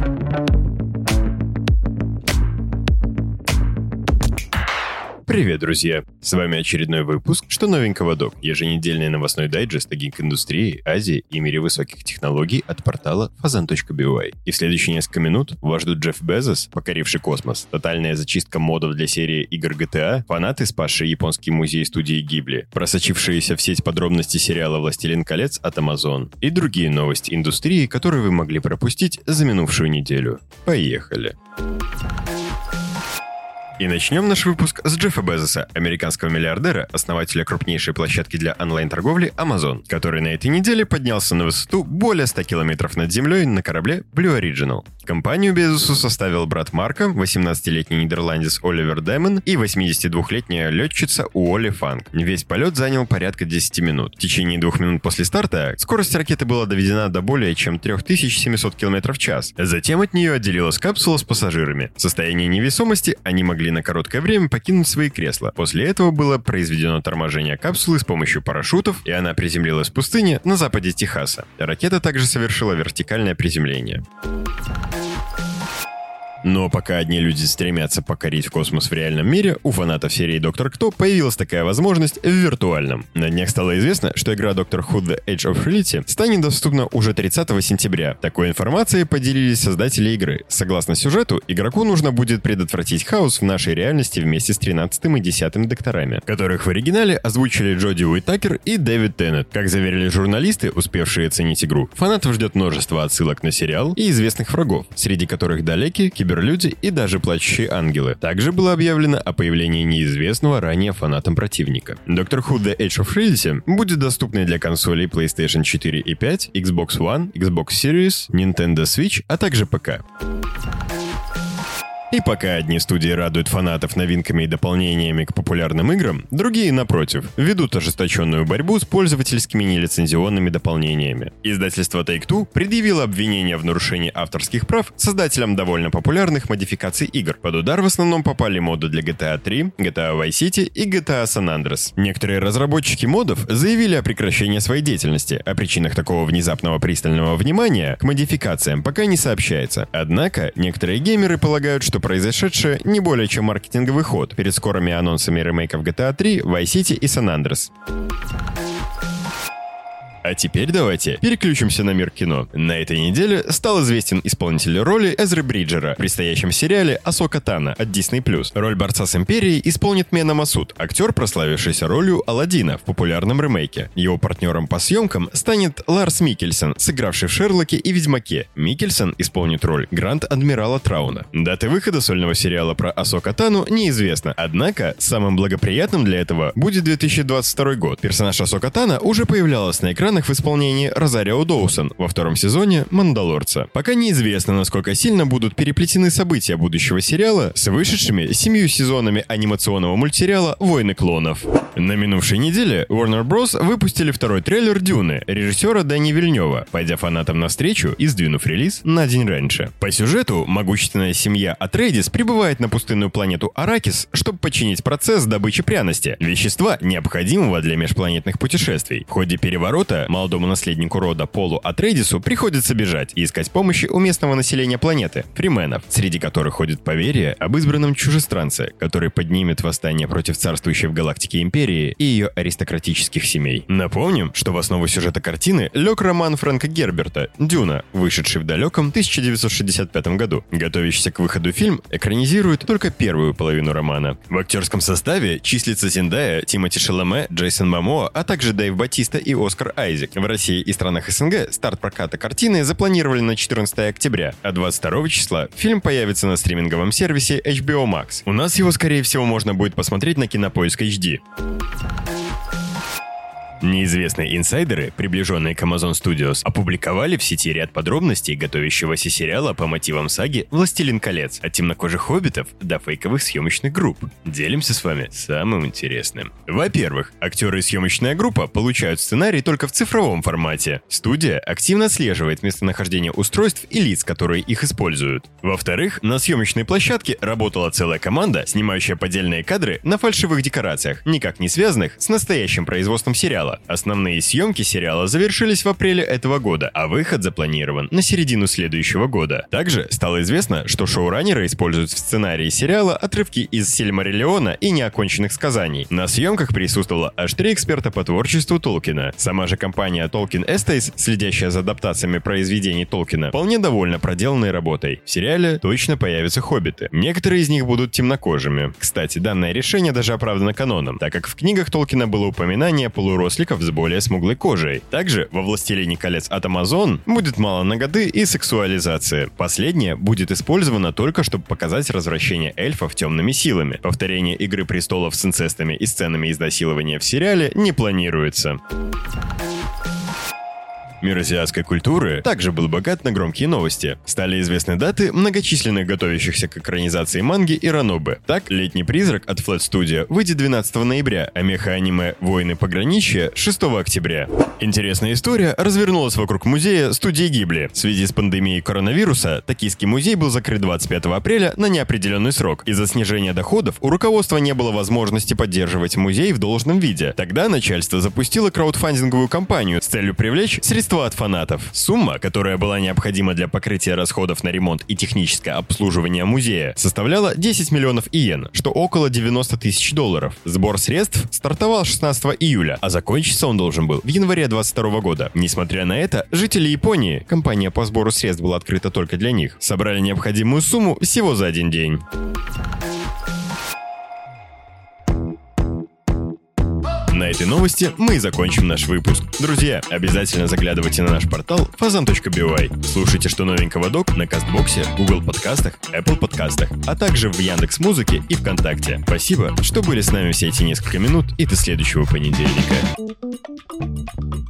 Привет, друзья! С вами очередной выпуск «Что новенького, док?» Еженедельный новостной дайджест о гик-индустрии, Азии и мире высоких технологий от портала fazan.by. И в следующие несколько минут вас ждут Джефф Безос, покоривший космос, тотальная зачистка модов для серии игр GTA, фанаты, спасшие японский музей студии Ghibli, просочившиеся в сеть подробности сериала «Властелин колец» от Amazon и другие новости индустрии, которые вы могли пропустить за минувшую неделю. Поехали! И начнем наш выпуск с Джеффа Безоса, американского миллиардера, основателя крупнейшей площадки для онлайн-торговли Amazon, который на этой неделе поднялся на высоту более 100 километров над землей на корабле Blue Original. Компанию Безосу составил брат Марка, 18-летний нидерландец Оливер Демон и 82-летняя летчица Уолли Фанк. Весь полет занял порядка 10 минут. В течение 2 минут после старта скорость ракеты была доведена до более чем 3700 км в час. Затем от нее отделилась капсула с пассажирами. В состоянии невесомости они могли на короткое время покинуть свои кресла. После этого было произведено торможение капсулы с помощью парашютов, и она приземлилась в пустыне на западе Техаса. Ракета также совершила вертикальное приземление. Но пока одни люди стремятся покорить космос в реальном мире, у фанатов серии «Доктор Кто» появилась такая возможность в виртуальном. На днях стало известно, что игра «Doctor Who The Age of Reality» станет доступна уже 30 сентября. Такой информацией поделились создатели игры. Согласно сюжету, игроку нужно будет предотвратить хаос в нашей реальности вместе с 13-м и 10-м докторами, которых в оригинале озвучили Джоди Уиттакер и Дэвид Теннет. Как заверили журналисты, успевшие оценить игру, фанатов ждет множество отсылок на сериал и известных врагов, среди которых Далеки, Киберлюди и даже Плачущие ангелы. Также было объявлено о появлении неизвестного ранее фанатам противника. Doctor Who The Age of Reality будет доступной для консолей PlayStation 4 и 5, Xbox One, Xbox Series, Nintendo Switch, а также ПК. И пока одни студии радуют фанатов новинками и дополнениями к популярным играм, другие, напротив, ведут ожесточенную борьбу с пользовательскими нелицензионными дополнениями. Издательство Take-Two предъявило обвинение в нарушении авторских прав создателям довольно популярных модификаций игр. Под удар в основном попали моды для GTA 3, GTA Vice City и GTA San Andreas. Некоторые разработчики модов заявили о прекращении своей деятельности. О причинах такого внезапного пристального внимания к модификациям пока не сообщается. Однако, некоторые геймеры полагают, что произошедшее не более чем маркетинговый ход перед скорыми анонсами ремейков GTA 3, Vice City и San Andreas. А теперь давайте переключимся на мир кино. На этой неделе стал известен исполнитель роли Эзры Бриджера в предстоящем сериале «Асока Тано» от Disney+. Роль борца с Империей исполнит Мена Масуд, актер, прославившийся ролью Аладдина в популярном ремейке. Его партнером по съемкам станет Ларс Миккельсен, сыгравший в «Шерлоке» и «Ведьмаке». Миккельсен исполнит роль Гранд-адмирала Трауна. Даты выхода сольного сериала про Асока Тану неизвестна, однако самым благоприятным для этого будет 2022 год. Персонаж Асока Тано уже появлялась на экранах в исполнении Розарио Доусон во 2-м сезоне «Мандалорца». Пока неизвестно, насколько сильно будут переплетены события будущего сериала с вышедшими 7 сезонами анимационного мультсериала «Войны клонов». На минувшей неделе Warner Bros. Выпустили второй трейлер «Дюны» режиссера Дэни Вильнёва, пойдя фанатам навстречу и сдвинув релиз на день раньше. По сюжету, могущественная семья Атрейдис прибывает на пустынную планету Аракис, чтобы починить процесс добычи пряности, вещества, необходимого для межпланетных путешествий. В ходе переворота молодому наследнику рода Полу Атрейдису приходится бежать и искать помощи у местного населения планеты, фрименов, среди которых ходит поверье об избранном чужестранце, который поднимет восстание против царствующей в галактике империи и ее аристократических семей. Напомним, что в основу сюжета картины лег роман Фрэнка Герберта «Дюна», вышедший в далеком 1965 году. Готовящийся к выходу фильм экранизирует только первую половину романа. В актерском составе числится Зендая, Тимоти Шаломе, Джейсон Момоа, а также Дэйв Батиста и Оскар Айзек. В России и странах СНГ старт проката картины запланировали на 14 октября, а 22 числа фильм появится на стриминговом сервисе HBO Max. У нас его, скорее всего, можно будет посмотреть на Кинопоиск HD. Неизвестные инсайдеры, приближенные к Amazon Studios, опубликовали в сети ряд подробностей готовящегося сериала по мотивам саги «Властелин колец» от темнокожих хоббитов до фейковых съемочных групп. Делимся с вами самым интересным. Во-первых, актеры и съемочная группа получают сценарий только в цифровом формате. Студия активно отслеживает местонахождение устройств и лиц, которые их используют. Во-вторых, на съемочной площадке работала целая команда, снимающая поддельные кадры на фальшивых декорациях, никак не связанных с настоящим производством сериала. сериала. Основные съемки сериала завершились в апреле этого года, а выход запланирован на середину следующего года. Также стало известно, что шоураннеры используют в сценарии сериала отрывки из Сильмариллиона и неоконченных сказаний. На съемках присутствовало аж 3 эксперта по творчеству Толкина. Сама же компания Tolkien Estates, следящая за адаптациями произведений Толкина, вполне довольна проделанной работой. В сериале точно появятся хоббиты. Некоторые из них будут темнокожими. Кстати, данное решение даже оправдано каноном, так как в книгах Толкина было упоминание полуросликов с более смуглой кожей. Также во «Властелине колец» от Amazon будет мало наготы и сексуализации. Последнее будет использовано только чтобы показать развращение эльфов темными силами. Повторение «Игры престолов» с инцестами и сценами изнасилования в сериале не планируется. Мир азиатской культуры также был богат на громкие новости. Стали известны даты многочисленных готовящихся к экранизации манги и ранобэ. Так, «Летний призрак» от Flat Studio выйдет 12 ноября, а меха-аниме «Войны пограничья» 6 октября. Интересная история развернулась вокруг музея студии Гибли. В связи с пандемией коронавируса Токийский музей был закрыт 25 апреля на неопределенный срок. Из-за снижения доходов у руководства не было возможности поддерживать музей в должном виде. Тогда начальство запустило краудфандинговую кампанию с целью привлечь средства от фанатов. Сумма, которая была необходима для покрытия расходов на ремонт и техническое обслуживание музея, составляла 10 миллионов иен, что около 90 тысяч долларов. Сбор средств стартовал 16 июля, а закончиться он должен был в январе 2022 года. Несмотря на это, жители Японии, компания по сбору средств была открыта только для них, собрали необходимую сумму всего за один день. На этой новости мы и закончим наш выпуск. Друзья, обязательно заглядывайте на наш портал fazan.by. Слушайте, что новенького док на Кастбоксе, Google подкастах, Apple подкастах, а также в Яндекс.Музыке и ВКонтакте. Спасибо, что были с нами все эти несколько минут, и до следующего понедельника.